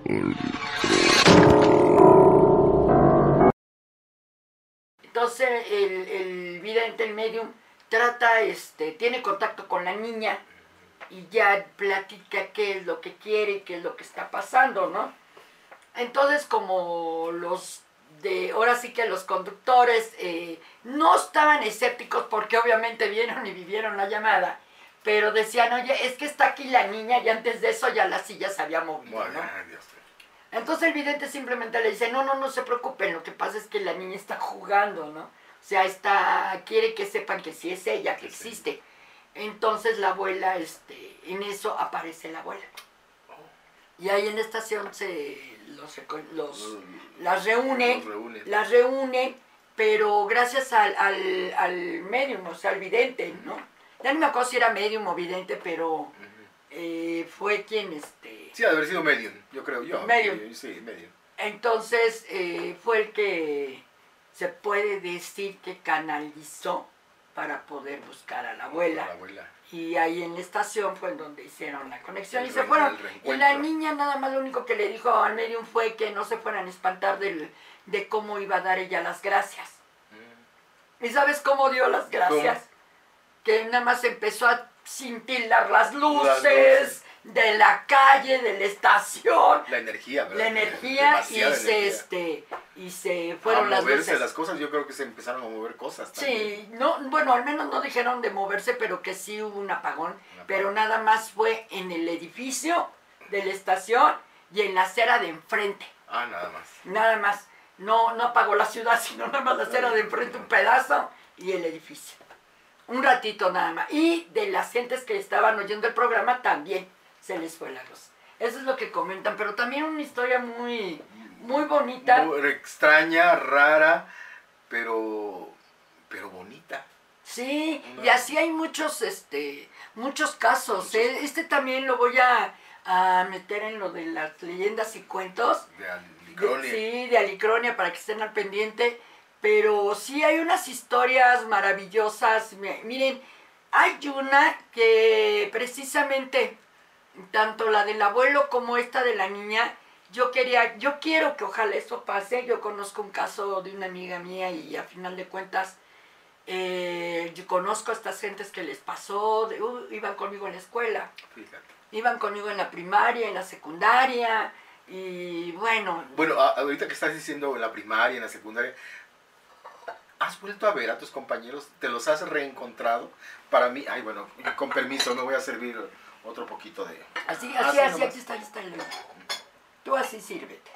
Entonces el vidente, el medium, trata, tiene contacto con la niña y ya platica qué es lo que quiere y qué es lo que está pasando, ¿no? Entonces, como ahora sí que los conductores no estaban escépticos porque obviamente vieron y vivieron la llamada, pero decían, oye, es que está aquí la niña y antes de eso ya la silla se había movido, ¿no? Entonces el vidente simplemente le dice, no se preocupen, lo que pasa es que la niña está jugando, ¿no? O sea, quiere que sepan que sí es ella, que existe. Entonces la abuela, en eso aparece la abuela. Y ahí en la estación las reúne, pero gracias al medium, o sea, al vidente, ¿no? Ya no me acuerdo si era medium o vidente, pero fue quien, Sí, ha de haber sido medium, yo creo yo. Medium. Sí, medium. Entonces, fue el que se puede decir que canalizó para poder buscar a la abuela. Y ahí en la estación fue en donde hicieron la conexión y se fueron. Y la niña nada más lo único que le dijo al medium fue que no se fueran a espantar de cómo iba a dar ella las gracias. ¿Y sabes cómo dio las gracias? ¿Cómo? Que nada más empezó a cintilar las luces de la calle, de la estación. La energía, ¿verdad? La energía y se fueron las luces. A moverse las cosas, yo creo que se empezaron a mover cosas también. Sí, bueno, al menos no dijeron de moverse, pero que sí hubo un apagón. Pero nada más fue en el edificio de la estación y en la acera de enfrente. Nada más. Nada más. No apagó la ciudad, sino nada más la acera de enfrente, un pedazo y el edificio. Un ratito nada más. Y de las gentes que estaban oyendo el programa también se les fue la luz. Eso es lo que comentan, pero también una historia muy bonita. Muy extraña, rara, pero bonita. Sí, y así hay muchos casos. También lo voy a meter en lo de las leyendas y cuentos. De Alicronia. Sí, de Alicronia, para que estén al pendiente. Pero sí hay unas historias maravillosas. Miren, hay una que precisamente, tanto la del abuelo como esta de la niña, yo quiero que ojalá eso pase. Yo conozco un caso de una amiga mía y a final de cuentas yo conozco a estas gentes que les pasó, iban conmigo en la escuela. Fíjate. Iban conmigo en la primaria, en la secundaria y bueno. Bueno, ahorita que estás diciendo en la primaria, en la secundaria, ¿has vuelto a ver a tus compañeros? ¿Te los has reencontrado? Para mí, bueno, con permiso, me voy a servir otro poquito de... Así, aquí está el libro. Tú así sírvete.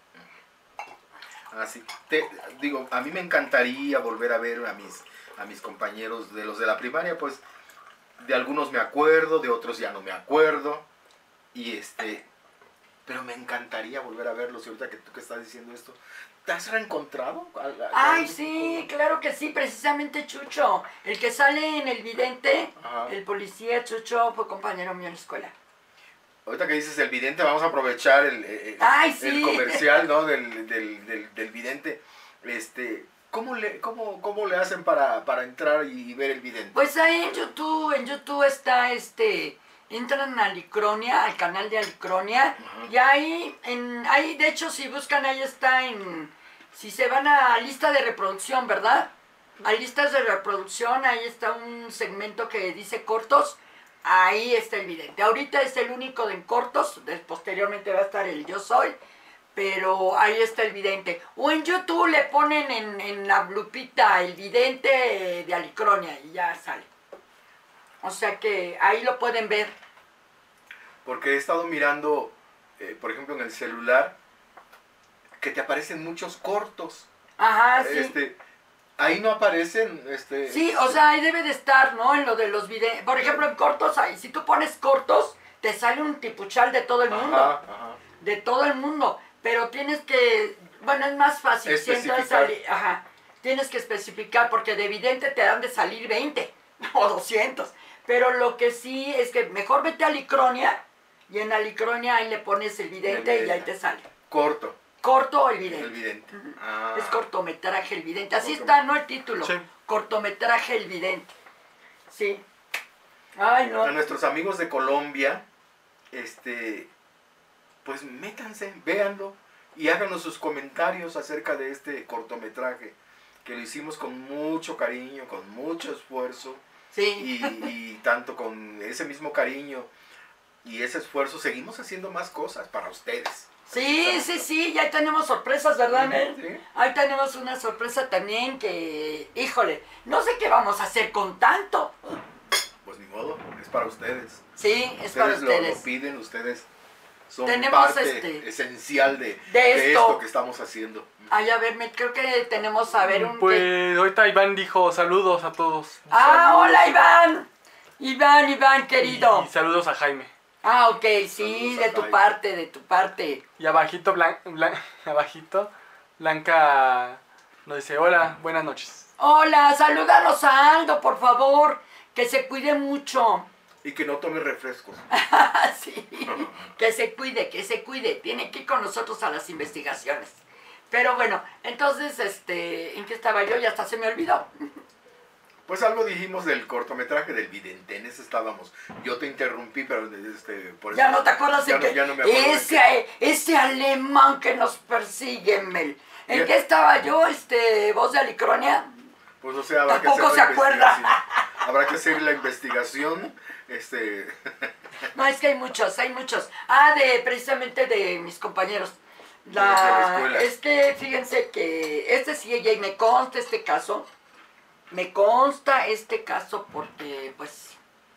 Así. Digo, a mí me encantaría volver a ver a mis compañeros de los de la primaria, pues de algunos me acuerdo, de otros ya no me acuerdo. Y pero me encantaría volver a verlos. Y ahorita que tú que estás diciendo esto, ¿te has reencontrado? Ay, sí, claro que sí, precisamente Chucho, el que sale en El Vidente, el policía Chucho fue compañero mío en la escuela. Ahorita que dices El Vidente, vamos a aprovechar el comercial, ¿no? del Vidente. ¿Cómo le hacen para entrar y ver El Vidente? Pues ahí en YouTube está entran a Alicronia, al canal de Alicronia, y ahí de hecho si buscan ahí está si se van a lista de reproducción, ¿verdad? A listas de reproducción, ahí está un segmento que dice cortos, ahí está El Vidente. Ahorita es el único en cortos, posteriormente va a estar el Yo Soy, pero ahí está El Vidente. O en YouTube le ponen en la lupita El Vidente de Alicronia y ya sale. O sea que ahí lo pueden ver. Porque he estado mirando, por ejemplo, en el celular, que te aparecen muchos cortos. Ajá, sí. Ahí no aparecen, Sí, o sea, ahí debe de estar, ¿no? En lo de los videos. Por ejemplo, en cortos, ahí, si tú pones cortos, te sale un tipuchal de todo el mundo. Ajá. De todo el mundo. Pero tienes que, bueno, es más fácil. Tienes que especificar, porque de vidente te dan de salir 20 o 200. Pero lo que sí es que mejor vete a Alicronia, y en Alicronia ahí le pones El Vidente y ahí te sale. Corto o El Vidente. El Vidente. Es cortometraje El Vidente. Así está, ¿no? El título. Sí. Cortometraje El Vidente. Sí. Ay, no. A nuestros amigos de Colombia, pues métanse, véanlo y háganos sus comentarios acerca de este cortometraje, que lo hicimos con mucho cariño, con mucho esfuerzo. Sí. Y tanto con ese mismo cariño y ese esfuerzo seguimos haciendo más cosas para ustedes. Sí, ya tenemos sorpresas, ¿verdad, Mel? Sí. Ahí tenemos una sorpresa también que, híjole, no sé qué vamos a hacer con tanto. Pues ni modo, es para ustedes. Sí, es para ustedes. Lo piden, ustedes son tenemos parte esencial de esto esto que estamos haciendo. Ay, a ver, creo que tenemos, a ver, un... Pues ahorita Iván dijo saludos a todos. ¡Ah, Saludos. hola, Iván! Iván, querido. Y saludos a Jaime. Ah, ok, sí, de tu parte. Y abajito, abajito, Blanca nos dice, hola, buenas noches. Hola, salúdanos a Aldo, por favor, que se cuide mucho. Y que no tome refrescos. Sí, que se cuide, tiene que ir con nosotros a las investigaciones. Pero bueno, entonces, ¿en qué estaba yo? Ya hasta se me olvidó. Pues algo dijimos del cortometraje del vidente, en ese estábamos. Yo te interrumpí, pero por eso... Ya no te acuerdas de que ya no me acuerdo ese alemán que nos persigue, Mel. ¿En qué estaba yo, voz de Alicronia? Pues o sea, habrá Tampoco que hacer se acuerda. Habrá que hacer la investigación, No, es que hay muchos. Precisamente de mis compañeros. De la escuela. Es que fíjense que sí, y me consta este caso. Me consta este caso porque, pues,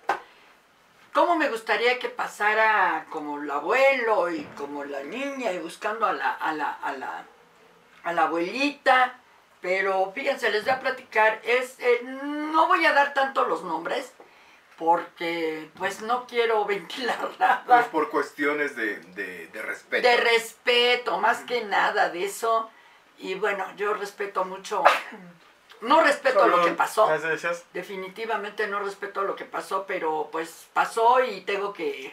cómo me gustaría que pasara como el abuelo y como la niña y buscando a la abuelita. Pero fíjense, les voy a platicar, no voy a dar tanto los nombres porque pues no quiero ventilar nada. Pues por cuestiones de respeto. De respeto, más que nada de eso. Y bueno, yo respeto mucho, no respeto lo que pasó. Gracias. Definitivamente no respeto lo que pasó, pero pues pasó y tengo que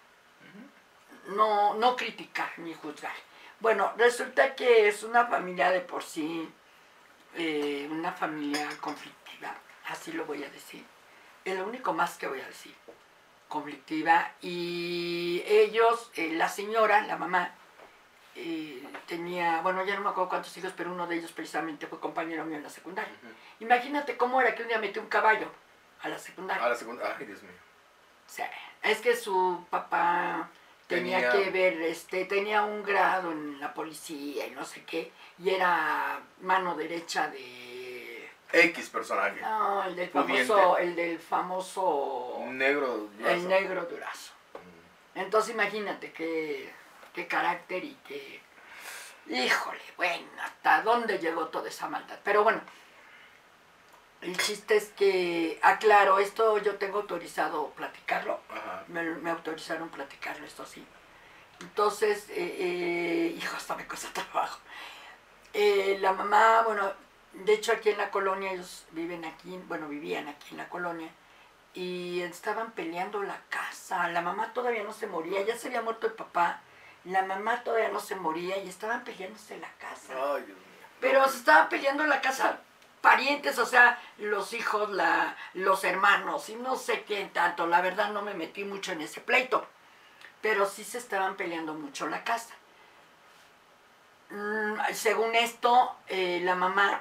no criticar ni juzgar. Bueno, resulta que es una familia de por sí, una familia conflictiva, así lo voy a decir. Es lo único más que voy a decir. Conflictiva. Y ellos, la señora, la mamá, tenía, bueno, ya no me acuerdo cuántos hijos, pero uno de ellos precisamente fue compañero mío en la secundaria. Imagínate cómo era que un día metió un caballo a la secundaria. A la secundaria, ay Dios mío. Sí, es que su papá tenía que ver, tenía un grado en la policía y no sé qué, y era mano derecha de... X personaje. No, el del famoso... Negro Durazo. El Negro Durazo. Entonces imagínate qué carácter y qué... Híjole, bueno, ¿hasta dónde llegó toda esa maldad? Pero bueno, el chiste es que, aclaro, esto yo tengo autorizado platicarlo. Ajá. Me autorizaron platicarlo, esto sí. Entonces, hijo, hasta me cuesta trabajo. La mamá, bueno, de hecho aquí en la colonia, ellos vivían aquí en la colonia, y estaban peleando la casa. La mamá todavía no se moría, ya se había muerto el papá, la mamá todavía no se moría y estaban peleándose la casa. Ay, Dios mío. Pero se estaban peleando la casa parientes, o sea, los hijos, los hermanos, y no sé qué tanto. La verdad no me metí mucho en ese pleito, pero sí se estaban peleando mucho la casa. Según esto, la mamá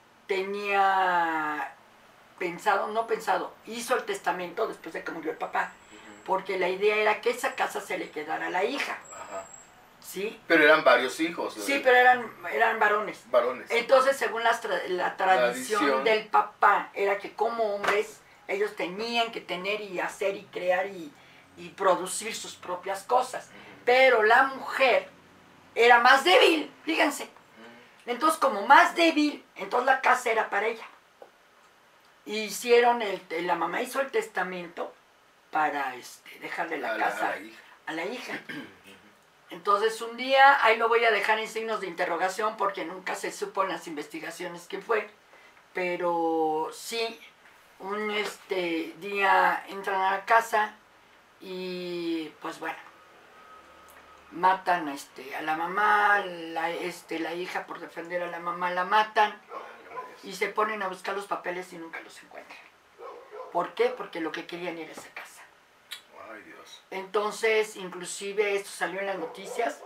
tenía hizo el testamento después de que murió el papá, porque la idea era que esa casa se le quedara a la hija. Ajá. ¿Sí? Pero eran varios hijos. Sí, pero eran varones. Varones. Entonces, según la tradición del papá, era que como hombres, ellos tenían que tener y hacer y crear y producir sus propias cosas. Pero la mujer era más débil, fíjense. Entonces, como más débil, entonces la casa era para ella. Hicieron, la mamá hizo el testamento para dejarle la casa a la hija. Entonces un día, ahí lo voy a dejar en signos de interrogación porque nunca se supo en las investigaciones quién fue, pero sí, un día entran a la casa y pues bueno, matan a la mamá, la hija por defender a la mamá la matan y se ponen a buscar los papeles y nunca los encuentran. ¿Por qué? Porque lo que querían era esa casa. Ay, Dios. Entonces, inclusive esto salió en las noticias,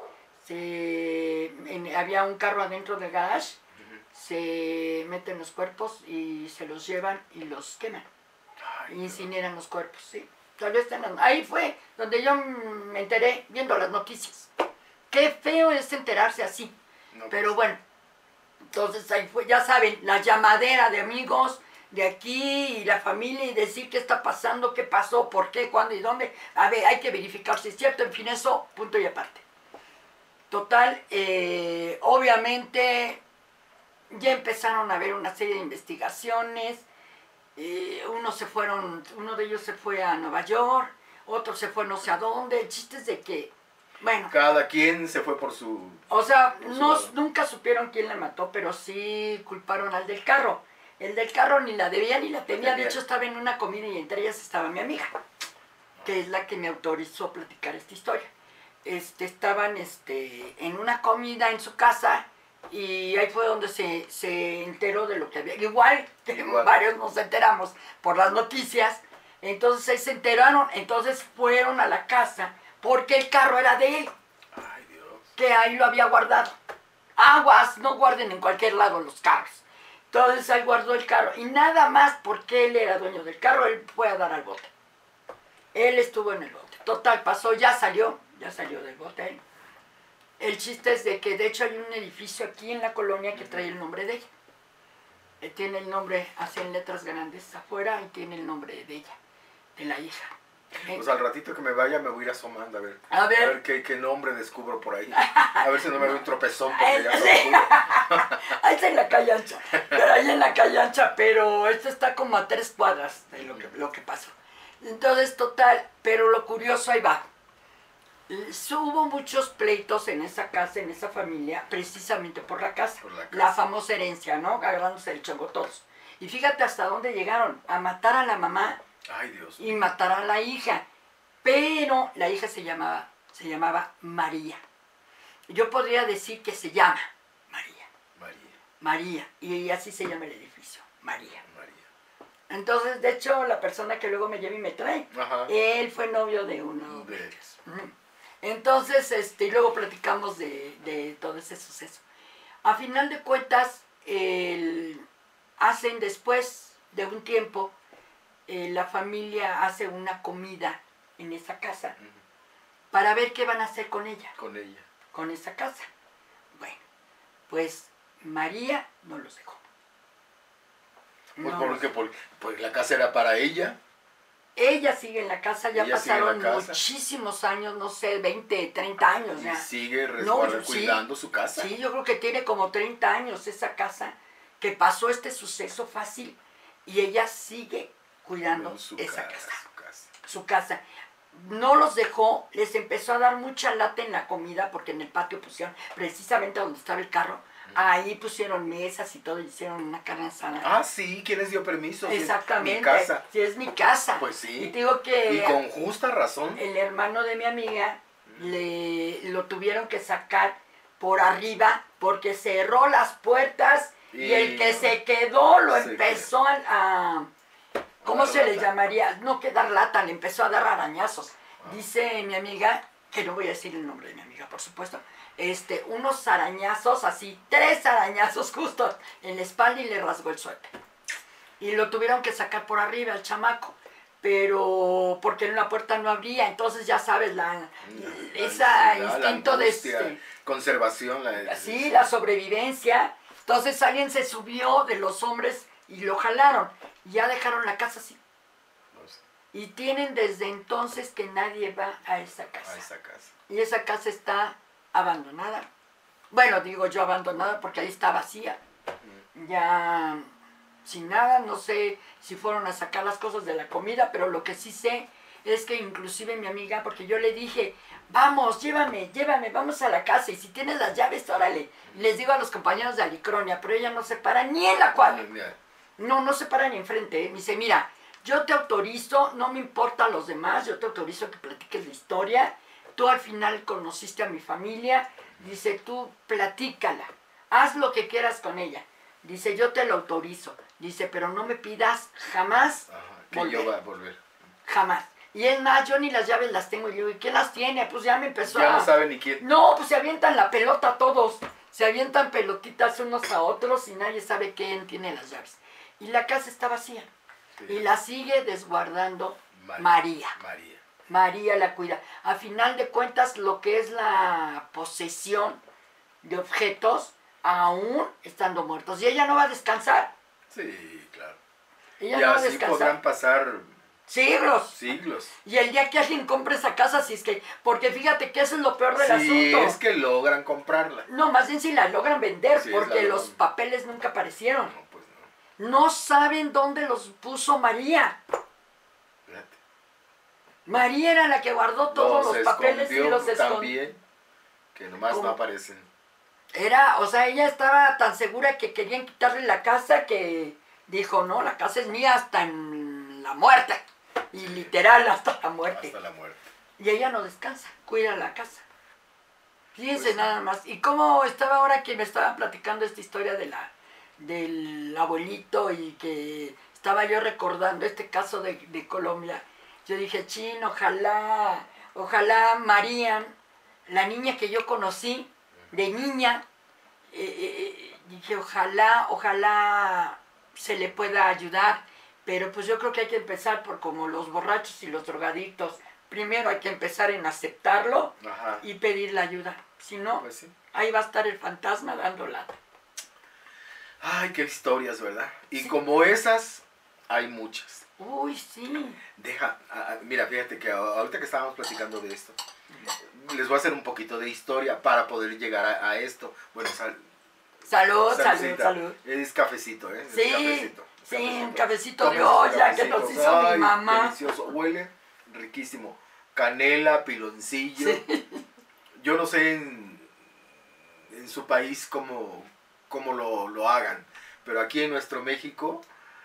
había un carro adentro del garage, se meten los cuerpos y se los llevan y los queman. Ay, Incineran los cuerpos, sí. Todavía están ahí fue donde yo me enteré viendo las noticias. Qué feo es enterarse así. no, Pero pues, bueno, entonces ahí fue, ya saben, la llamadera de amigos de aquí y la familia y decir qué está pasando, qué pasó, por qué, cuándo y dónde. A ver, hay que verificar si es cierto, en fin, eso, punto y aparte. Total, obviamente ya empezaron a haber una serie de investigaciones. Uno de ellos se fue a Nueva York, otro se fue no sé a dónde. El chiste es de que, bueno, cada quien se fue por su... o sea, por su lado. nunca supieron quién la mató, pero sí culparon al del carro. El del carro ni la debía ni la temía. De hecho, estaba en una comida y entre ellas estaba mi amiga, que es la que me autorizó a platicar esta historia. Estaban en una comida en su casa y ahí fue donde se enteró de lo que había. Igual que varios nos enteramos por las noticias. Entonces ahí se enteraron, entonces fueron a la casa porque el carro era de él. Ay, Dios. Que ahí lo había guardado. Aguas, no guarden en cualquier lado los carros. Entonces ahí guardó el carro. Y nada más porque él era dueño del carro, él fue a dar al bote. Él estuvo en el bote. Total, pasó, ya salió del bote. El chiste es de que de hecho hay un edificio aquí en la colonia que trae el nombre de ella. Tiene el nombre así en letras grandes afuera y tiene el nombre de ella, de la hija. Pues al ratito que me vaya me voy a ir asomando A ver. a ver qué nombre descubro por ahí. A ver si no me veo un tropezón porque ya se oscuro. Ahí está en la calle ancha. Pero ahí en la calle ancha, pero esto está como a 3 cuadras de lo que pasó. Entonces, total, pero lo curioso ahí va. Hubo muchos pleitos en esa casa, en esa familia, precisamente por la casa. La famosa herencia, ¿no? Agarrándose el chongo todos. Y fíjate hasta dónde llegaron, a matar a la mamá. Ay, Dios. Y matar a la hija. Pero la hija se llamaba María. Yo podría decir que se llama María. Y así se llama el edificio, María. Entonces, de hecho, la persona que luego me lleva y me trae, él fue novio de uno de ellos. Entonces, y luego platicamos de todo ese suceso. A final de cuentas, hacen después de un tiempo, la familia hace una comida en esa casa para ver qué van a hacer con ella. Con esa casa. Bueno, pues María no los dejó. Pues porque la casa era para ella. Ella sigue en la casa, ya pasaron muchísimos años, no sé, 20, 30 años. Y sigue cuidando su casa. Sí, yo creo que tiene como 30 años esa casa, que pasó este suceso fácil y ella sigue cuidando esa casa. Su casa. No los dejó, les empezó a dar mucha lata en la comida, porque en el patio pusieron, precisamente donde estaba el carro, ahí pusieron mesas y todo, hicieron una carne asada. Ah, sí, ¿quién les dio permiso? Exactamente. Mi casa. Sí, es mi casa. Pues sí. Y digo que... Y con justa razón. El hermano de mi amiga lo tuvieron que sacar por arriba porque cerró las puertas y el que se quedó lo empezó a... ¿Cómo se le llamaría? No que dar lata, le empezó a dar arañazos. Dice mi amiga, que no voy a decir el nombre de mi amiga, por supuesto, unos arañazos, así, 3 arañazos justo en la espalda y le rasgó el suéter. Y lo tuvieron que sacar por arriba al chamaco, pero porque en la puerta no abría, entonces ya sabes, ese instinto de... conservación. Sí, la sobrevivencia. Entonces alguien se subió de los hombres y lo jalaron. Y ya dejaron la casa así. Y tienen desde entonces que nadie va a esa casa. Y esa casa está abandonada. Bueno, digo yo abandonada porque ahí está vacía. Ya sin nada, no sé si fueron a sacar las cosas de la comida, pero lo que sí sé es que inclusive mi amiga, porque yo le dije, vamos, llévame, vamos a la casa, y si tienes las llaves, órale. Y les digo a los compañeros de Alicronia, pero ella no se para ni en la cuadra. No se para ni enfrente. Me dice, mira, yo te autorizo, no me importan los demás, yo te autorizo que platiques la historia. Tú al final conociste a mi familia. Dice, tú platícala, haz lo que quieras con ella. Dice, yo te lo autorizo. Dice, pero no me pidas jamás que yo va a volver. Jamás. Y es más, yo ni las llaves las tengo. Y yo, ¿y quién las tiene? Pues ya me empezó Ya no sabe ni quién. No, pues se avientan la pelota todos. Se avientan pelotitas unos a otros y nadie sabe quién tiene las llaves. Y la casa está vacía. Sí. Y la sigue desguardando María. María la cuida. A final de cuentas, lo que es la posesión de objetos, aún estando muertos. Y ella no va a descansar. Sí, claro. Ella Y no va a así descansar. podrán pasar siglos. siglos. Y el día que alguien compre esa casa, si es que... Porque fíjate que eso es lo peor del Si asunto. es que logran comprarla. No, más bien si la logran vender, Sí, porque la los logran. papeles nunca aparecieron. No, pues no. No saben dónde los puso María. Fíjate. María era la que guardó todos los papeles y los escondió. también, que nomás no aparecen. O sea, ella estaba tan segura que querían quitarle la casa que dijo, no, la casa es mía hasta en la muerte. Y literal, hasta la muerte. Hasta la muerte. Y ella no descansa, cuida la casa. Fíjense Pues, nada más. Y cómo estaba ahora que me estaban platicando esta historia del abuelito y que estaba yo recordando este caso de Colombia. Yo dije, chin, ojalá María, la niña que yo conocí, de niña, dije, ojalá se le pueda ayudar, pero pues yo creo que hay que empezar por como los borrachos y los drogadictos. Primero hay que empezar en aceptarlo Ajá. y pedir la ayuda. Si no, Pues sí. ahí va a estar el fantasma dando lata. Ay, qué historias, ¿verdad? Y Sí. como esas, hay muchas. Uy, sí. Mira, fíjate que ahorita que estábamos platicando de esto, les voy a hacer un poquito de historia para poder llegar a esto. Bueno, Salud. Es cafecito, ¿eh? Es Sí, cafecito. sí, un cafecito de Tómense su olla que cafecito. nos hizo Ay, mi mamá. Delicioso, huele riquísimo. Canela, piloncillo. Sí. Yo no sé en su país cómo lo hagan, pero aquí en nuestro México,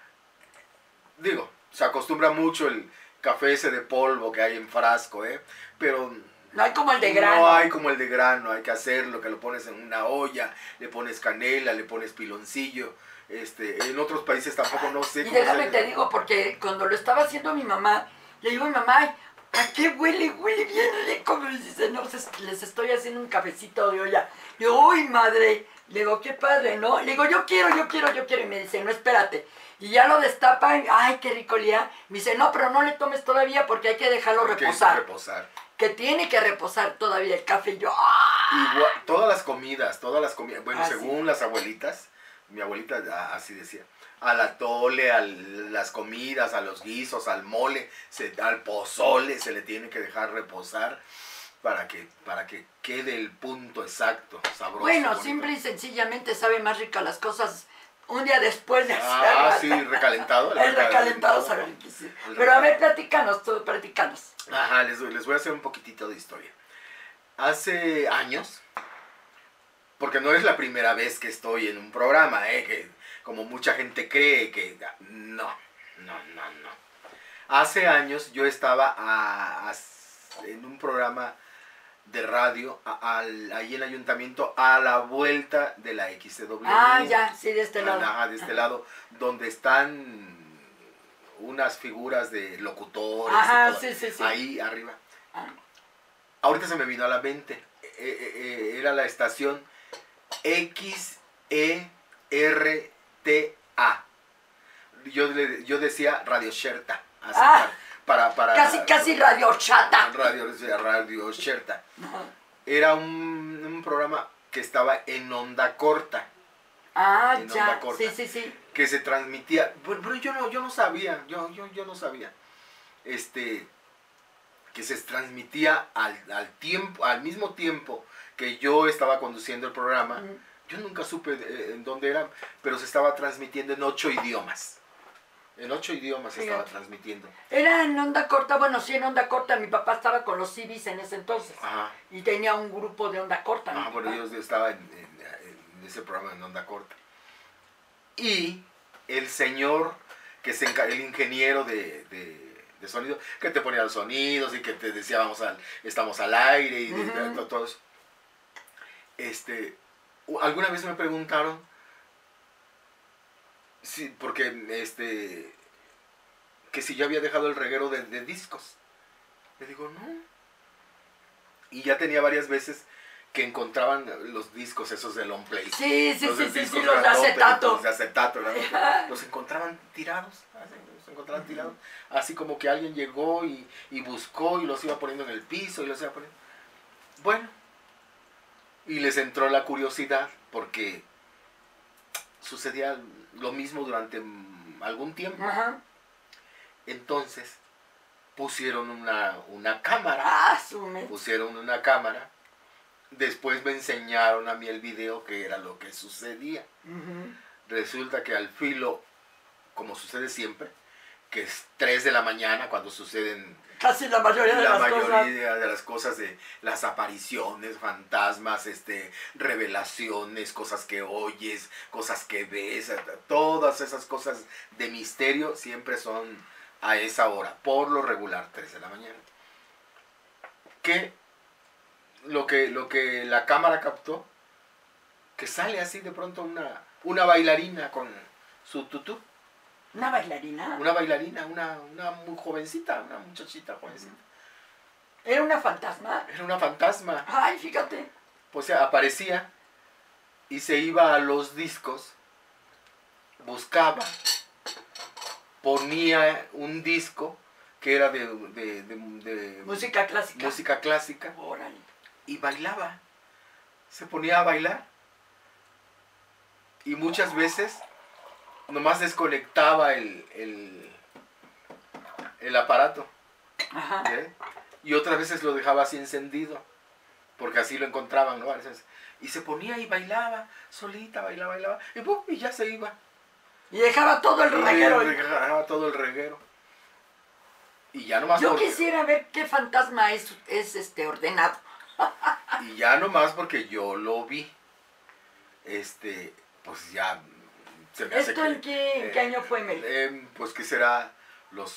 digo, se acostumbra mucho el café ese de polvo que hay en frasco, pero No hay como el de grano. no hay como el de grano, hay que hacerlo, que lo pones en una olla, le pones canela, le pones piloncillo. En otros países tampoco no sé Y cómo déjame se- te digo, porque cuando lo estaba haciendo mi mamá, le digo, mamá, ¿a qué huele? Huele bien rico. Me dice, no, les estoy haciendo un cafecito de olla. Le digo, uy, madre. Le digo, qué padre, ¿no? Le digo, yo quiero. Y me dice, no, espérate. Y ya lo destapan, ay, qué rico olía. Me dice, no, pero no le tomes todavía porque hay que dejarlo hay que reposar. reposar. Que tiene que reposar todavía el café. Y yo, ¡ah! Igual, todas las comidas, bueno, Ah, según sí. las abuelitas, mi abuelita así decía, al atole, a las comidas, a los guisos, al mole, al pozole, se le tiene que dejar reposar para que quede el punto exacto, sabroso. Bueno, bonito. simple y sencillamente sabe más rica las cosas un día después de Ah, hacerlas. sí, recalentado. El recalentado sabe riquísimo. Pero a ver, platícanos. Ajá, les voy a hacer un poquitito de historia. Hace años, porque no es la primera vez que estoy en un programa, que como mucha gente cree que... No. Hace años yo estaba en un programa de radio ahí en el ayuntamiento a la vuelta de la XCW. Ah, ya, sí, de este lado. Ajá, de este lado, donde están unas figuras de locutores. Ajá, y todo, sí. ahí arriba. Ah. Ahorita se me vino a la mente. Era la estación XERTA. Yo decía Radio Sherta. Así, Ah, para casi radio chata. Radio Sherta. Ajá. Era un programa que estaba en onda corta. Ah, En ya, onda corta. sí. Que se transmitía. Pero yo no sabía. Yo no sabía. Que se transmitía al mismo tiempo que yo estaba conduciendo el programa. Yo nunca supe en dónde era, pero se estaba transmitiendo en 8 idiomas. En 8 idiomas se estaba transmitiendo. Era en onda corta, bueno, sí, en onda corta. Mi papá estaba con los CBs en ese entonces. Ajá. Y tenía un grupo de onda corta. mi Bueno, papá. yo estaba en ese programa en onda corta. Y el señor, el ingeniero de sonido, que te ponía los sonidos y que te decía, estamos al aire y todo eso. Alguna vez me preguntaron, sí, porque que si yo había dejado el reguero de discos. Le digo, no. Y ya tenía varias veces que encontraban los discos esos de long play. Sí, Los de los de acetato. Los de acetato, los encontraban tirados, así como que alguien llegó y buscó y los iba poniendo en el piso y los iba poniendo. Bueno, y les entró la curiosidad porque sucedía lo mismo durante algún tiempo. Ajá. Entonces pusieron una cámara. Ah, sume. Pusieron una cámara. Después me enseñaron a mí el video que era lo que sucedía. Resulta que al filo, como sucede siempre, que es 3 de la mañana cuando suceden casi la mayoría de las cosas de las apariciones, fantasmas, revelaciones, cosas que oyes, cosas que ves, todas esas cosas de misterio siempre son a esa hora, por lo regular 3 de la mañana. Que lo que la cámara captó, que sale así de pronto una bailarina con su tutú. ¿Una bailarina? Una bailarina, una muy jovencita, una muchachita jovencita. ¿Era una fantasma? Era una fantasma. Ay, fíjate. Pues aparecía y se iba a los discos, buscaba, ponía un disco que era de música clásica. Música clásica. Órale. Y bailaba. Se ponía a bailar. Y muchas veces nomás desconectaba el aparato. Ajá. ¿Sí? Y otras veces lo dejaba así encendido. Porque así lo encontraban, ¿no? Y se ponía y bailaba, solita, bailaba. Y ¡pum! Y ya se iba. Y dejaba todo el reguero. Dejaba todo el reguero. Y ya nomás. Yo quisiera ver qué fantasma es ordenado. Y ya nomás porque yo lo vi. Pues ya se me hace. ¿Esto en qué año fue, Mel? Pues que será los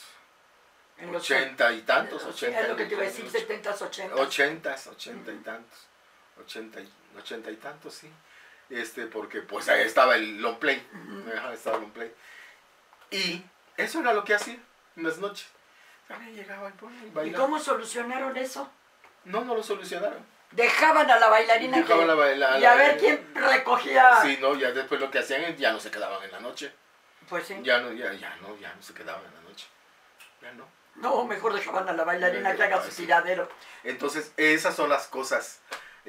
80 y tantos, 80. Es lo que te iba a decir, 70s, 80s. 80 y tantos. 80 y tantos, sí. Porque pues ahí estaba el long play. Estaba el long play. Y eso era lo que hacía en las noches. Llegaba y bailaba. ¿Y cómo solucionaron eso? No lo solucionaron. Dejaban a la bailarina y a ver quién recogía. Sí, no, ya después lo que hacían es ya no se quedaban en la noche. Pues sí. Ya no se quedaban en la noche. Ya no. No, mejor dejaban a la bailarina que haga su tiradero. Entonces, esas son las cosas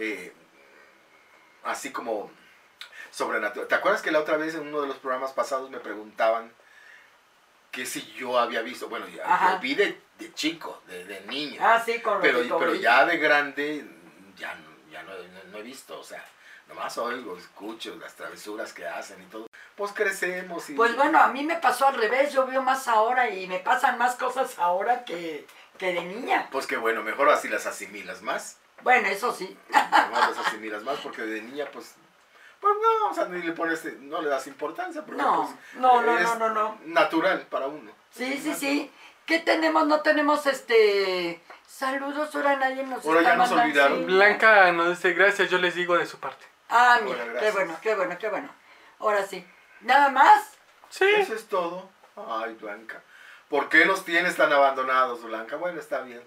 así como sobrenaturales. ¿Te acuerdas que la otra vez en uno de los programas pasados me preguntaban que si yo había visto? Bueno, ya vi de chico, de niño. Ah, sí, con pero ya de grande ya no he visto, o sea, nomás oigo, escucho las travesuras que hacen y todo. Pues crecemos y... Pues bueno, a mí me pasó al revés, yo veo más ahora y me pasan más cosas ahora que de niña. Pues que bueno, mejor así las asimilas más. Bueno, eso sí. Mejor las asimilas más porque de niña pues no, o sea, ni le pones, no le das importancia. Porque, no, pues, no. Natural para uno. Sí. ¿Qué tenemos? No tenemos saludos, ahora nadie nos ahora está ya nos mandando. olvidaron. Sí. Blanca nos dice gracias, yo les digo de su parte. Ah, mira, qué bueno. Ahora sí. ¿Nada más? Sí. Eso es todo. Ay, Blanca. ¿Por qué nos tienes tan abandonados, Blanca? Bueno, está bien.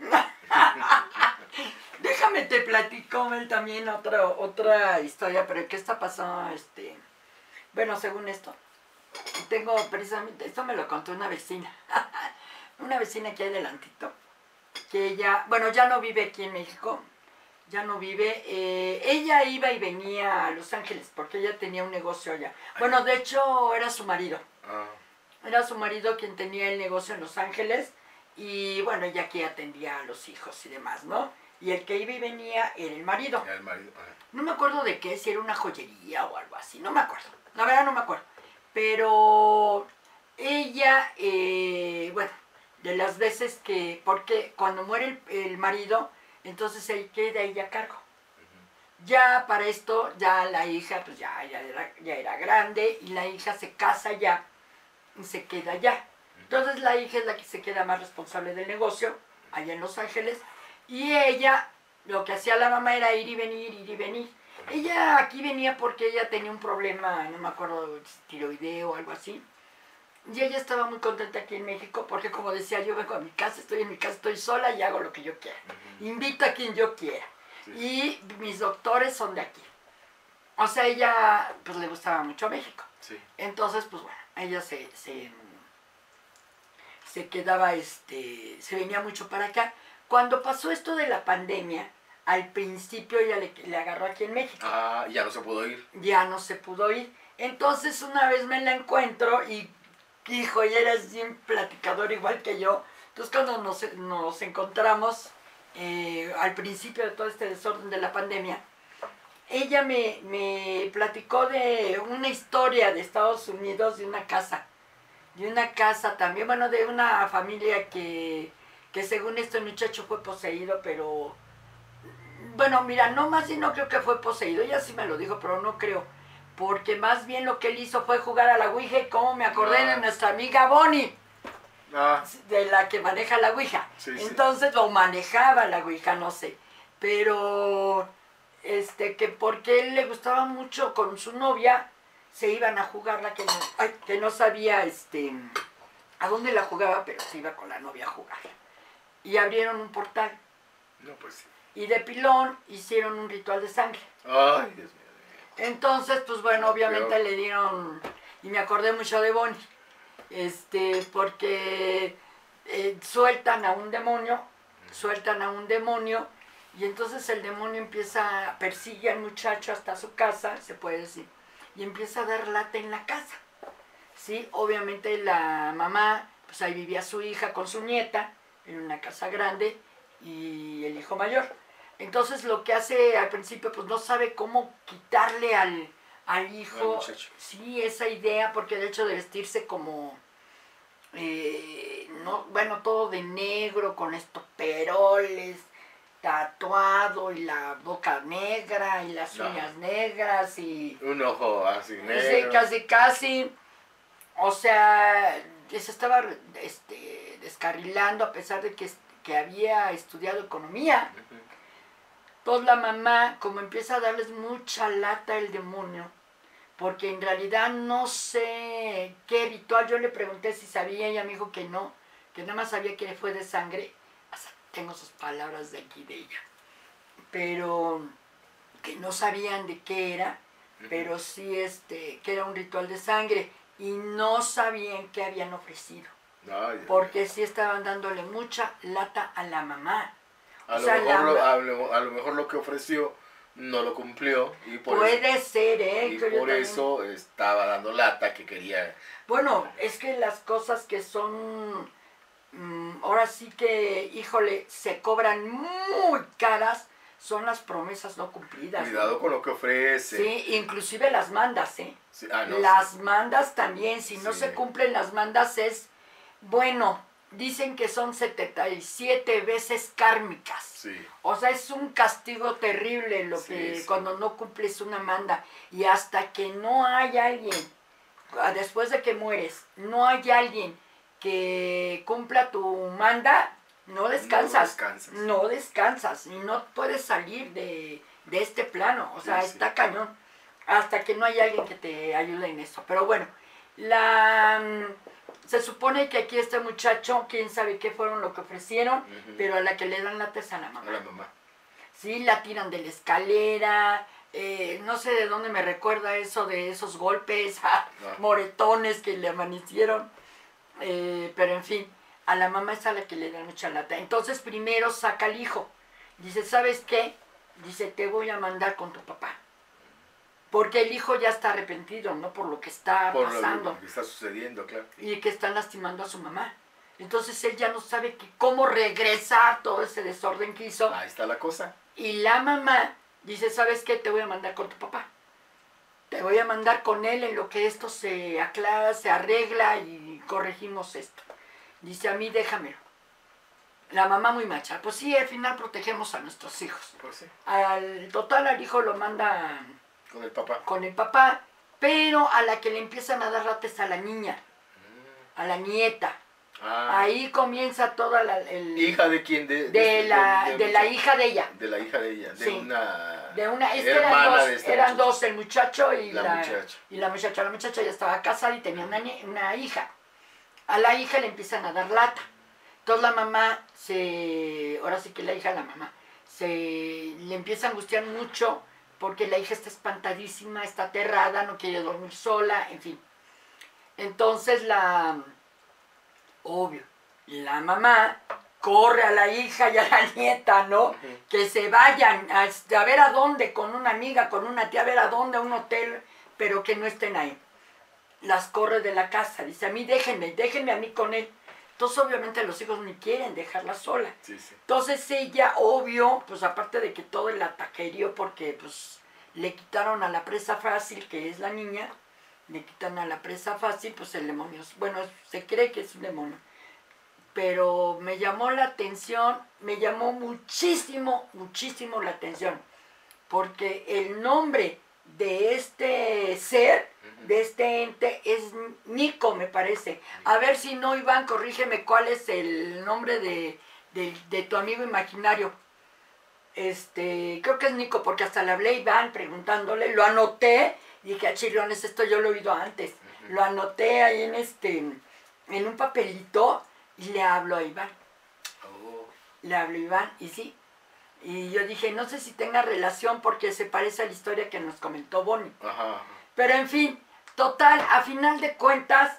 Déjame te platico, Mel, también otra historia, pero ¿qué está pasando? Bueno, según esto, tengo precisamente, esto me lo contó una vecina, una vecina aquí adelantito, que ella, bueno, ya no vive aquí en México, ya no vive, ella iba y venía a Los Ángeles, porque ella tenía un negocio allá. Bueno, de hecho, era su marido. Era su marido quien tenía el negocio en Los Ángeles, y bueno, ella aquí atendía a los hijos y demás, ¿no? Y el que iba y venía era el marido. El marido. No me acuerdo de qué, si era una joyería o algo así, no me acuerdo. La verdad no me acuerdo. Pero ella, bueno, de las veces que, porque cuando muere el marido, entonces él queda ella a cargo. Ya para esto, ya la hija, pues ya era grande y la hija se casa ya y se queda allá. Entonces la hija es la que se queda más responsable del negocio, allá en Los Ángeles. Y ella, lo que hacía la mamá era ir y venir. Ella aquí venía porque ella tenía un problema, no me acuerdo, tiroideo o algo así. Y ella estaba muy contenta aquí en México porque, como decía, yo vengo a mi casa, estoy en mi casa, estoy sola y hago lo que yo quiera. Invito a quien yo quiera. Sí. Y mis doctores son de aquí. O sea, ella pues le gustaba mucho México. Sí. Entonces, pues bueno, ella se quedaba, se venía mucho para acá. Cuando pasó esto de la pandemia, al principio ella le agarró aquí en México. Ah, ya no se pudo ir. Ya no se pudo ir. Entonces una vez me la encuentro y, hijo, ella era bien platicador igual que yo. Entonces cuando nos encontramos, al principio de todo este desorden de la pandemia, ella me platicó de una historia de Estados Unidos, de una casa también, bueno, de una familia que según este muchacho fue poseído, pero, bueno, mira, no más y no creo que fue poseído, ella sí me lo dijo, pero no creo, porque más bien lo que él hizo fue jugar a la Ouija, y como me acordé de nuestra amiga Bonnie, de la que maneja la Ouija. Sí, entonces lo manejaba la Ouija, no sé, pero que porque él le gustaba mucho con su novia, se iban a jugarla, que no sabía a dónde la jugaba, pero se iba con la novia a jugar. Y abrieron un portal. No, pues sí. Y de pilón hicieron un ritual de sangre. Ay, Dios mío. Entonces, pues bueno, obviamente Pero... le dieron, y me acordé mucho de Bonnie, porque sueltan a un demonio, y entonces el demonio persigue al muchacho hasta su casa, se puede decir, y empieza a dar lata en la casa. ¿Sí? Obviamente la mamá, pues ahí vivía su hija con su nieta, en una casa grande, y el hijo mayor. Entonces lo que hace al principio, pues no sabe cómo quitarle al hijo, sí, esa idea, porque el hecho de vestirse como, no, bueno, todo de negro, con estos peroles, tatuado, y la boca negra, y las uñas negras, y... un ojo así negro. Sí, casi. O sea, se estaba descarrilando a pesar de que había estudiado economía. Entonces la mamá, como empieza a darles mucha lata el demonio, porque en realidad no sé qué ritual, yo le pregunté si sabía, ella me dijo que no, que nada más sabía que fue de sangre. Hasta tengo sus palabras de aquí de ella, pero que no sabían de qué era, pero sí que era un ritual de sangre, y no sabían qué habían ofrecido. Ay, porque sí estaban dándole mucha lata a la mamá. A lo mejor lo que ofreció no lo cumplió, y por eso estaba dando lata, que quería... Bueno, es que las cosas que son, ahora sí que, híjole, se cobran muy caras, son las promesas no cumplidas. Cuidado, ¿no? Con lo que ofrece. Sí, inclusive las mandas, ¿eh? Sí. Las mandas también, si no se cumplen las mandas es, bueno, dicen que son 77 veces kármicas. Sí. O sea, es un castigo terrible cuando no cumples una manda. Y hasta que no hay alguien, después de que mueres, no hay alguien que cumpla tu manda, no descansas. No descansas y no puedes salir de este plano. O sea, está cañón. Hasta que no hay alguien que te ayude en eso. Pero bueno, se supone que aquí este muchacho, quién sabe qué fueron lo que ofrecieron, pero a la que le dan lata es a la mamá. A la mamá. Sí, la tiran de la escalera, no sé de dónde me recuerda eso de esos golpes, moretones que le amanecieron, pero en fin, a la mamá es a la que le dan mucha lata. Entonces primero saca al hijo, dice, ¿sabes qué? Dice, te voy a mandar con tu papá. Porque el hijo ya está arrepentido, ¿no? Por lo que está pasando. Por lo que está sucediendo, claro. Y que están lastimando a su mamá. Entonces él ya no sabe cómo regresar todo ese desorden que hizo. Ahí está la cosa. Y la mamá dice, ¿sabes qué? Te voy a mandar con tu papá. Te voy a mandar con él en lo que esto se aclara, se arregla y corregimos esto. Dice, a mí déjamelo. La mamá muy macha. Pues sí, al final protegemos a nuestros hijos. Pues sí. Al hijo lo manda... Con el papá, pero a la que le empiezan a dar lata es a la niña, a la nieta. Ahí comienza toda ¿Hija de quién? De la hija de ella. De la hija de ella, sí. de una hermana de esta eran dos, el muchacho y la muchacha. Y la muchacha ya estaba casada y tenía una hija. A la hija le empiezan a dar lata. Entonces la mamá ahora sí que la hija, la mamá, le empieza a angustiar mucho porque la hija está espantadísima, está aterrada, no quiere dormir sola, en fin. Entonces obvio, la mamá corre a la hija y a la nieta, ¿no? Que se vayan a ver a dónde, con una amiga, con una tía, a ver a dónde, a un hotel, pero que no estén ahí. Las corre de la casa, dice, a mí déjenme a mí con él. Entonces obviamente los hijos ni quieren dejarla sola. Sí, sí. Entonces ella, obvio, pues aparte de que todo el ataquerío, porque pues le quitaron a la presa fácil, que es la niña, le quitan a la presa fácil, pues el demonio, bueno, se cree que es un demonio. Pero me llamó la atención, me llamó muchísimo, muchísimo la atención, porque el nombre de este ser, de este ente, es Nico, me parece. A ver si no, Iván, corrígeme cuál es el nombre de tu amigo imaginario. Creo que es Nico, porque hasta le hablé a Iván preguntándole, lo anoté, y dije, chirriones, esto yo lo he oído antes. Lo anoté ahí en un papelito, y le hablo a Iván. Oh. Le hablo a Iván, y sí. Y yo dije, no sé si tenga relación porque se parece a la historia que nos comentó Bonnie. Ajá. Pero en fin, total, a final de cuentas,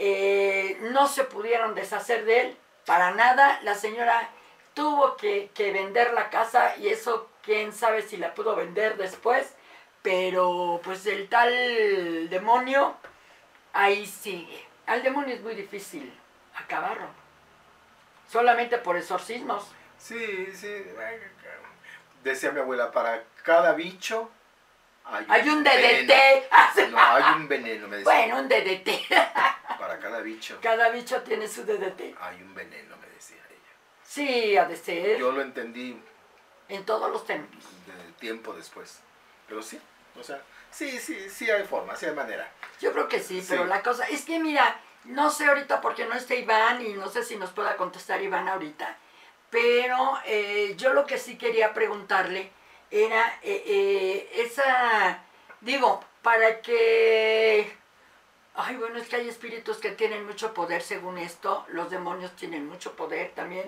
no se pudieron deshacer de él para nada. La señora tuvo que vender la casa y eso quién sabe si la pudo vender después. Pero pues el tal demonio ahí sigue. Al demonio es muy difícil acabarlo. Solamente por exorcismos. Sí, sí. Decía mi abuela, para cada bicho Hay un veneno. DDT. No, hay un veneno, me decía. Bueno, un DDT. Para cada bicho Cada bicho tiene su DDT. hay un veneno, me decía ella. Sí, ha de ser. Yo lo entendí En todos los templos. de tiempo después. Pero sí, o sea, sí hay forma, sí hay manera. Yo creo que sí, pero Sí. la cosa es que mira, no sé ahorita porque no está Iván y no sé si nos pueda contestar Iván ahorita, pero yo lo que sí quería preguntarle era para que... Ay, bueno, es que hay espíritus que tienen mucho poder según esto, los demonios tienen mucho poder también,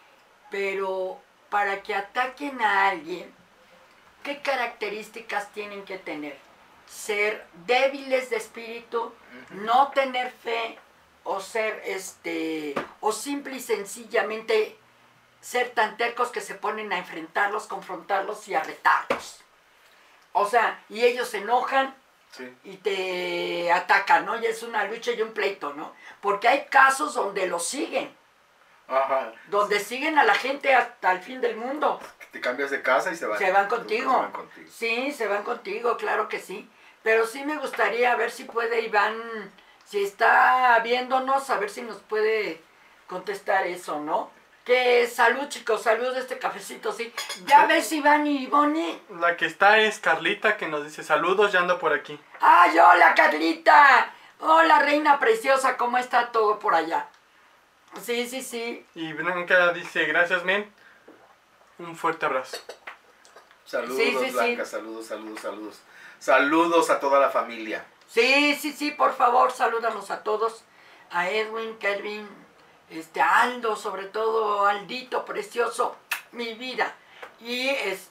pero para que ataquen a alguien, ¿qué características tienen que tener? Ser débiles de espíritu, no tener fe, o ser o simple y sencillamente ser tan tercos que se ponen a enfrentarlos, confrontarlos y a retarlos. O sea, y ellos se enojan Sí. y te atacan, ¿no? Y es una lucha y un pleito, ¿no? Porque hay casos donde los siguen, Ajá. donde siguen a la gente hasta el fin del mundo. Te cambias de casa y se van. Se van contigo. Se van contigo. Sí, se van contigo, claro que sí. Pero sí me gustaría ver si puede Iván, si está viéndonos, a ver si nos puede contestar eso, ¿no? Que salud, chicos, salud de este cafecito, sí. ¿Ya ves, Iván y Bonnie? La que está es Carlita, que nos dice saludos, ya ando por aquí. ¡Ay, hola, Carlita! Hola, reina preciosa, ¿cómo está todo por allá? Sí, sí, sí. Y Blanca dice, gracias, men. Un fuerte abrazo. Saludos, Sí, sí, Blanca, sí. saludos. Saludos a toda la familia. Sí, sí, sí, por favor, salúdanos a todos. A Edwin, Kelvin, a Aldo, sobre todo, Aldito, precioso, mi vida. Y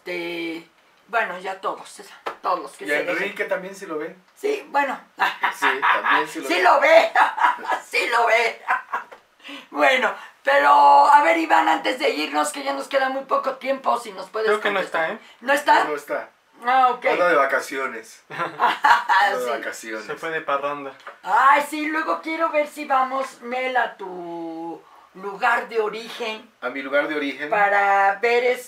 bueno, ya todos los que Y se a dejen. Enrique también, si lo ven. Sí, bueno. Sí, también si lo Sí ven. lo ve, sí lo ve. Bueno, pero a ver, Iván, antes de irnos, que ya nos queda muy poco tiempo, si nos puedes Creo que no contestar. está, ¿eh? ¿No está? No está. Ah, ok. Anda de vacaciones. Ah, Anda de sí. vacaciones. Se fue de parranda. Ay, sí, luego quiero ver si vamos, Mel, a tu lugar de origen A mi lugar de origen. para ver,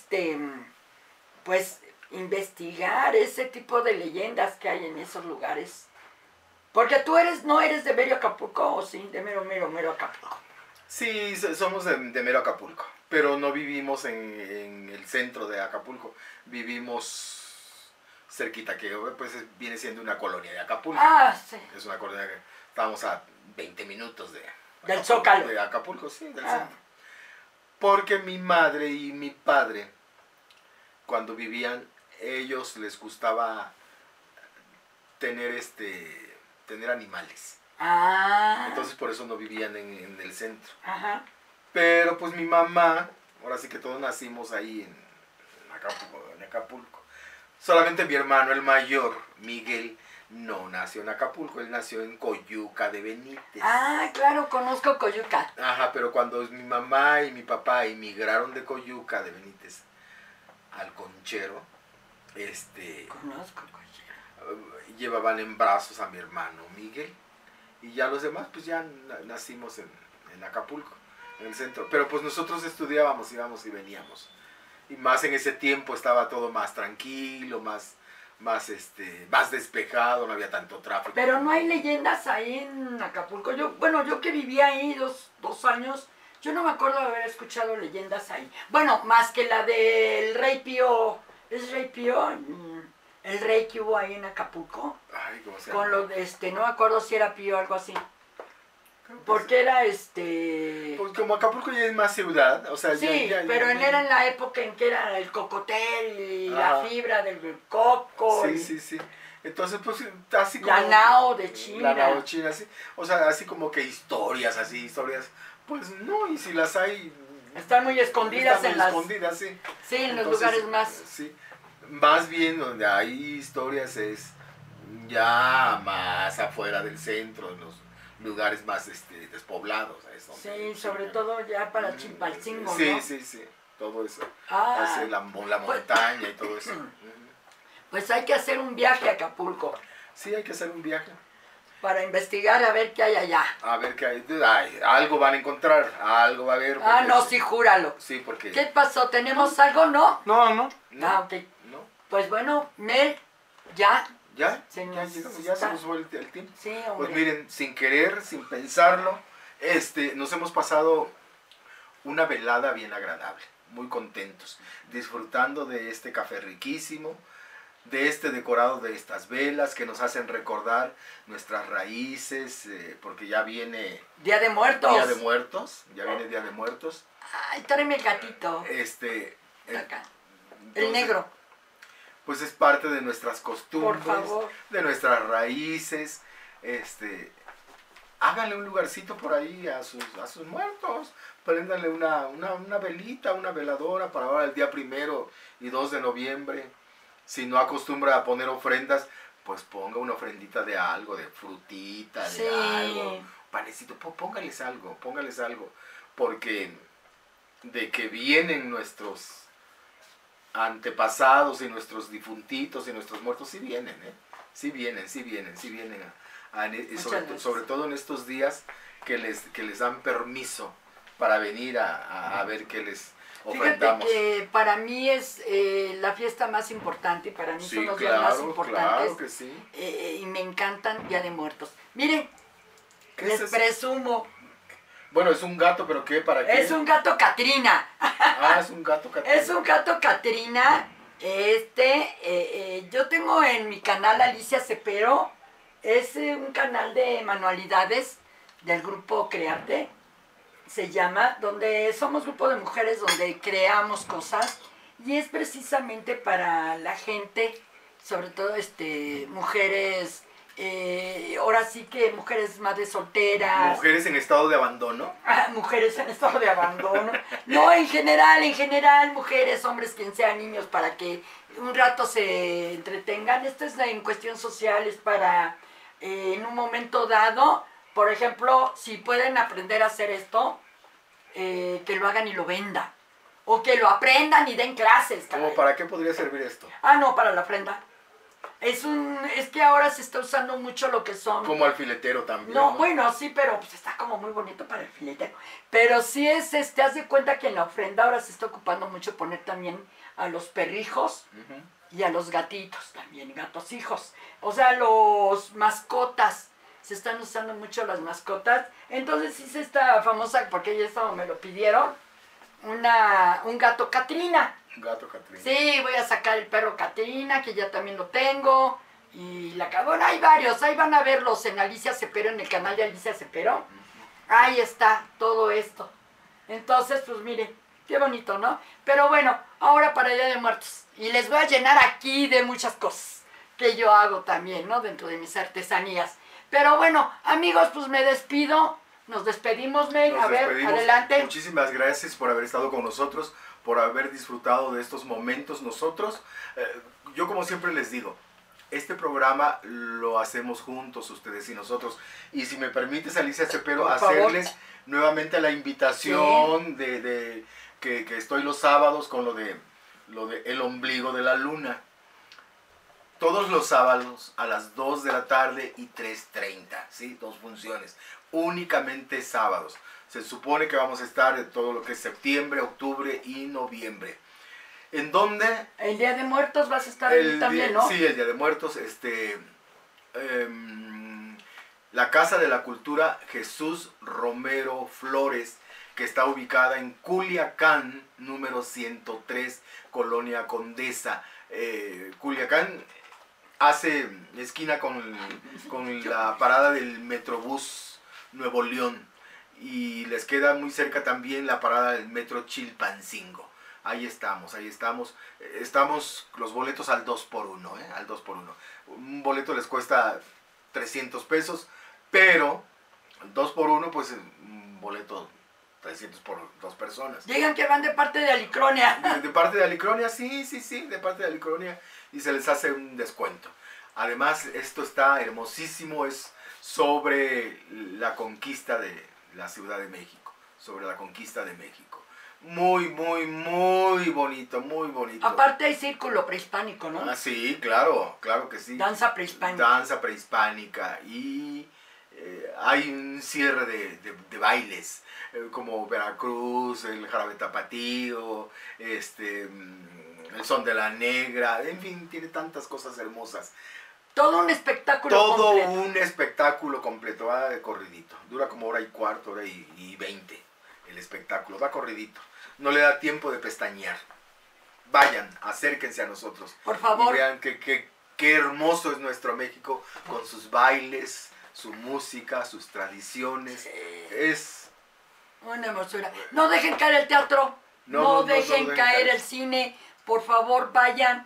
pues, investigar ese tipo de leyendas que hay en esos lugares. Porque tú no eres de mero Acapulco, ¿o sí? De mero Acapulco. Sí, somos de mero Acapulco, pero no vivimos en el centro de Acapulco, vivimos cerquita, que pues viene siendo una colonia de Acapulco. Ah, sí. Es una colonia que estamos a 20 minutos de Del Zócalo. De Acapulco, sí, del Ah. centro. Porque mi madre y mi padre, cuando vivían, ellos les gustaba tener tener animales. Ah. Entonces por eso no vivían en el centro. Ajá. Pero pues mi mamá, ahora sí que todos nacimos ahí en Acapulco. Solamente mi hermano, el mayor, Miguel, no nació en Acapulco, él nació en Coyuca de Benítez. Ah, claro, conozco Coyuca. Ajá, pero cuando mi mamá y mi papá emigraron de Coyuca de Benítez al Conchero, Conozco Coyuca. llevaban en brazos a mi hermano Miguel. Y ya los demás, pues ya nacimos en Acapulco, en el centro. Pero pues nosotros estudiábamos, íbamos y veníamos. Y más en ese tiempo estaba todo más tranquilo, más despejado, no había tanto tráfico. Pero no hay leyendas ahí en Acapulco. Yo que vivía ahí dos años, yo no me acuerdo de haber escuchado leyendas ahí. Bueno, más que la del Rey Pío. ¿Es Rey Pío? El rey que hubo ahí en Acapulco. Ay, ¿cómo se Con llama? no me acuerdo si era Pío o algo así. Porque era Pues como Acapulco ya es más ciudad, o sea, Sí, pero era en la época en que era el cocotel y la fibra del coco. Sí. Entonces, pues, así como... La nao de China. La nao china, sí. O sea, así como que historias, pues no, y si las hay... Están muy escondidas están en muy las... escondidas, sí. Sí, en los Entonces, lugares más... Sí, más bien donde hay historias es ya más afuera del centro, en los lugares más despoblados. Sí, sobre todo ya para Chilpancingo, sí, ¿no? Sí, todo eso. Ah, Hacia la montaña y todo eso. Pues hay que hacer un viaje a Acapulco Sí, hay que hacer un viaje. para investigar a ver qué hay allá. A ver qué hay. Algo van a encontrar, algo va a haber. Ah, no, sí. sí, júralo. Sí, porque... ¿Qué pasó? ¿Tenemos algo? ¿No? No. Ah, ok. ¿No? Pues bueno, Mel, ya. ¿Ya? Llegamos, Ya se nos fue el tiempo. Sí, hombre. Pues miren, sin querer, sin pensarlo, nos hemos pasado una velada bien agradable, muy contentos, disfrutando de este café riquísimo, de este decorado de estas velas que nos hacen recordar nuestras raíces, porque ya viene Día de Muertos. Día de Muertos, ya viene Día de Muertos. Ay, tráeme el gatito. Acá. El Entonces, negro. pues es parte de nuestras costumbres, Por favor. de nuestras raíces. Háganle un lugarcito por ahí a sus muertos, préndanle una velita, una veladora para ahora el día 1 y 2 de noviembre. Si no acostumbra a poner ofrendas, pues ponga una ofrendita de algo, de frutita, Sí. de algo, panecito, póngales algo, porque de que vienen nuestros antepasados y nuestros difuntitos y nuestros muertos, sí vienen, sí vienen sobre todo en estos días que les dan permiso para venir a ver qué les ofrendamos. Fíjate que para mí es la fiesta más importante, para mí Sí, son los días más importantes. claro que sí. Y me encantan Día de Muertos. Miren, ¿Qué les es eso? presumo, Bueno, es un gato, pero ¿qué? ¿Para qué? es un gato Catrina. Ah, es un gato Catrina. Es un gato Catrina. Yo tengo en mi canal Alicia Cepero, es un canal de manualidades del grupo Crearte, se llama, donde somos grupo de mujeres donde creamos cosas y es precisamente para la gente, sobre todo mujeres, ahora sí que mujeres madres solteras. Mujeres en estado de abandono. Mujeres en estado de abandono. No, en general, mujeres, hombres, quien sea, niños, para que un rato se entretengan. Esto es en cuestión social, es para en un momento dado, por ejemplo, si pueden aprender a hacer esto, que lo hagan y lo vendan. O que lo aprendan y den clases. ¿Cómo para qué podría servir esto? Ah, no, para la ofrenda. Es que ahora se está usando mucho lo que son... Como alfiletero también. No, bueno, sí, pero pues está como muy bonito para el filete. Pero sí haz de cuenta que en la ofrenda ahora se está ocupando mucho poner también a los perrijos y a los gatitos también, gatos hijos. O sea, los mascotas. Se están usando mucho las mascotas. Entonces hice esta famosa, porque ya esto me lo pidieron, un gato Catrina. Gato Catrina. Sí, voy a sacar el perro Catrina, que ya también lo tengo. Y bueno, hay varios, ahí van a verlos en Alicia Cepero, en el canal de Alicia Cepero. Ahí está todo esto. Entonces, pues miren, qué bonito, ¿no? Pero bueno, ahora para Día de Muertos. Y les voy a llenar aquí de muchas cosas que yo hago también, ¿no? Dentro de mis artesanías. Pero bueno, amigos, pues me despido. Nos despedimos, May. Nos A ver, despedimos. adelante. Muchísimas gracias por haber estado con nosotros, por haber disfrutado de estos momentos nosotros. Yo como siempre les digo, este programa lo hacemos juntos, ustedes y nosotros. Y si me permites, Alicia Cepero, Por favor. hacerles nuevamente la invitación de que estoy los sábados con lo de El ombligo de la luna. Todos los sábados a las 2 de la tarde y 3:30, ¿sí? 2 funciones. Únicamente sábados. Se supone que vamos a estar de todo lo que es septiembre, octubre y noviembre. ¿En dónde? El Día de Muertos vas a estar ahí también, ¿no? Sí, el Día de Muertos. La Casa de la Cultura Jesús Romero Flores, que está ubicada en Culiacán, número 103, Colonia Condesa. Culiacán hace esquina con la parada del Metrobús Nuevo León, y les queda muy cerca también la parada del Metro Chilpancingo. Ahí estamos. Estamos los boletos al 2x1, al 2x1. Un boleto les cuesta 300 pesos, pero 2x1, pues un boleto 300 por 2 personas. Digan que van de parte de Alicronia. De parte de Alicronia, sí, de parte de Alicronia, y se les hace un descuento. Además, esto está hermosísimo, es sobre la conquista de la Ciudad de México, sobre la conquista de México. Muy, muy, muy bonito, muy bonito. Aparte hay círculo prehispánico, ¿no? Ah, sí, claro que sí. Danza prehispánica. Danza prehispánica, y hay un cierre de bailes, como Veracruz, el jarabe tapatío, el son de la negra, en fin, tiene tantas cosas hermosas. Todo un espectáculo Todo completo. un espectáculo completo, va de corridito. Dura como 1:15, 1:20 el espectáculo, va corridito. No le da tiempo de pestañear. Vayan, acérquense a nosotros. Por favor. Y vean qué hermoso es nuestro México, con sus bailes, su música, sus tradiciones. Sí. Es Una hermosura. No dejen caer el teatro. No dejen caer el cine. Por favor, vayan,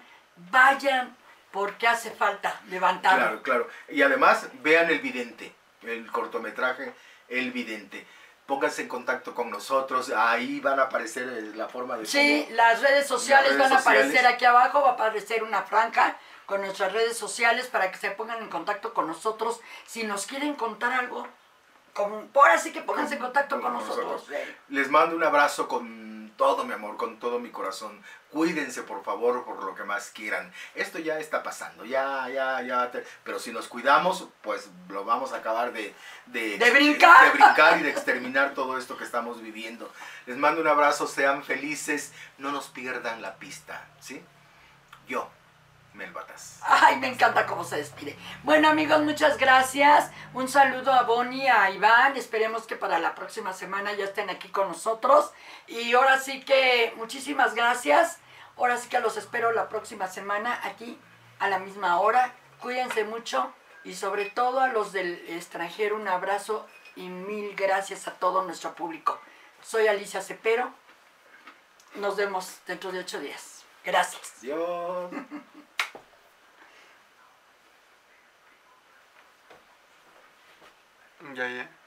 porque hace falta levantarlo. Claro. Y además, vean El Vidente, el cortometraje El Vidente. Pónganse en contacto con nosotros, ahí van a aparecer la forma de... Sí, las redes sociales van a aparecer aquí abajo, va a aparecer una franja con nuestras redes sociales para que se pongan en contacto con nosotros. Si nos quieren contar algo, ahora sí que pónganse en contacto con nosotros. Les mando un abrazo con todo mi amor, con todo mi corazón. Cuídense, por favor, por lo que más quieran. Esto ya está pasando, pero si nos cuidamos, pues lo vamos a acabar de brincar y de exterminar todo esto que estamos viviendo. Les mando un abrazo, sean felices, no nos pierdan la pista, ¿sí? Yo, Mel Batas. Ay, me encanta cómo se despide. Bueno, amigos, muchas gracias. Un saludo a Bonnie, a Iván. Esperemos que para la próxima semana ya estén aquí con nosotros. Y ahora sí que muchísimas gracias. Ahora sí que los espero la próxima semana aquí a la misma hora. Cuídense mucho y sobre todo a los del extranjero un abrazo y mil gracias a todo nuestro público. Soy Alicia Cepero. Nos vemos dentro de 8 días. Gracias. Adiós. Ya.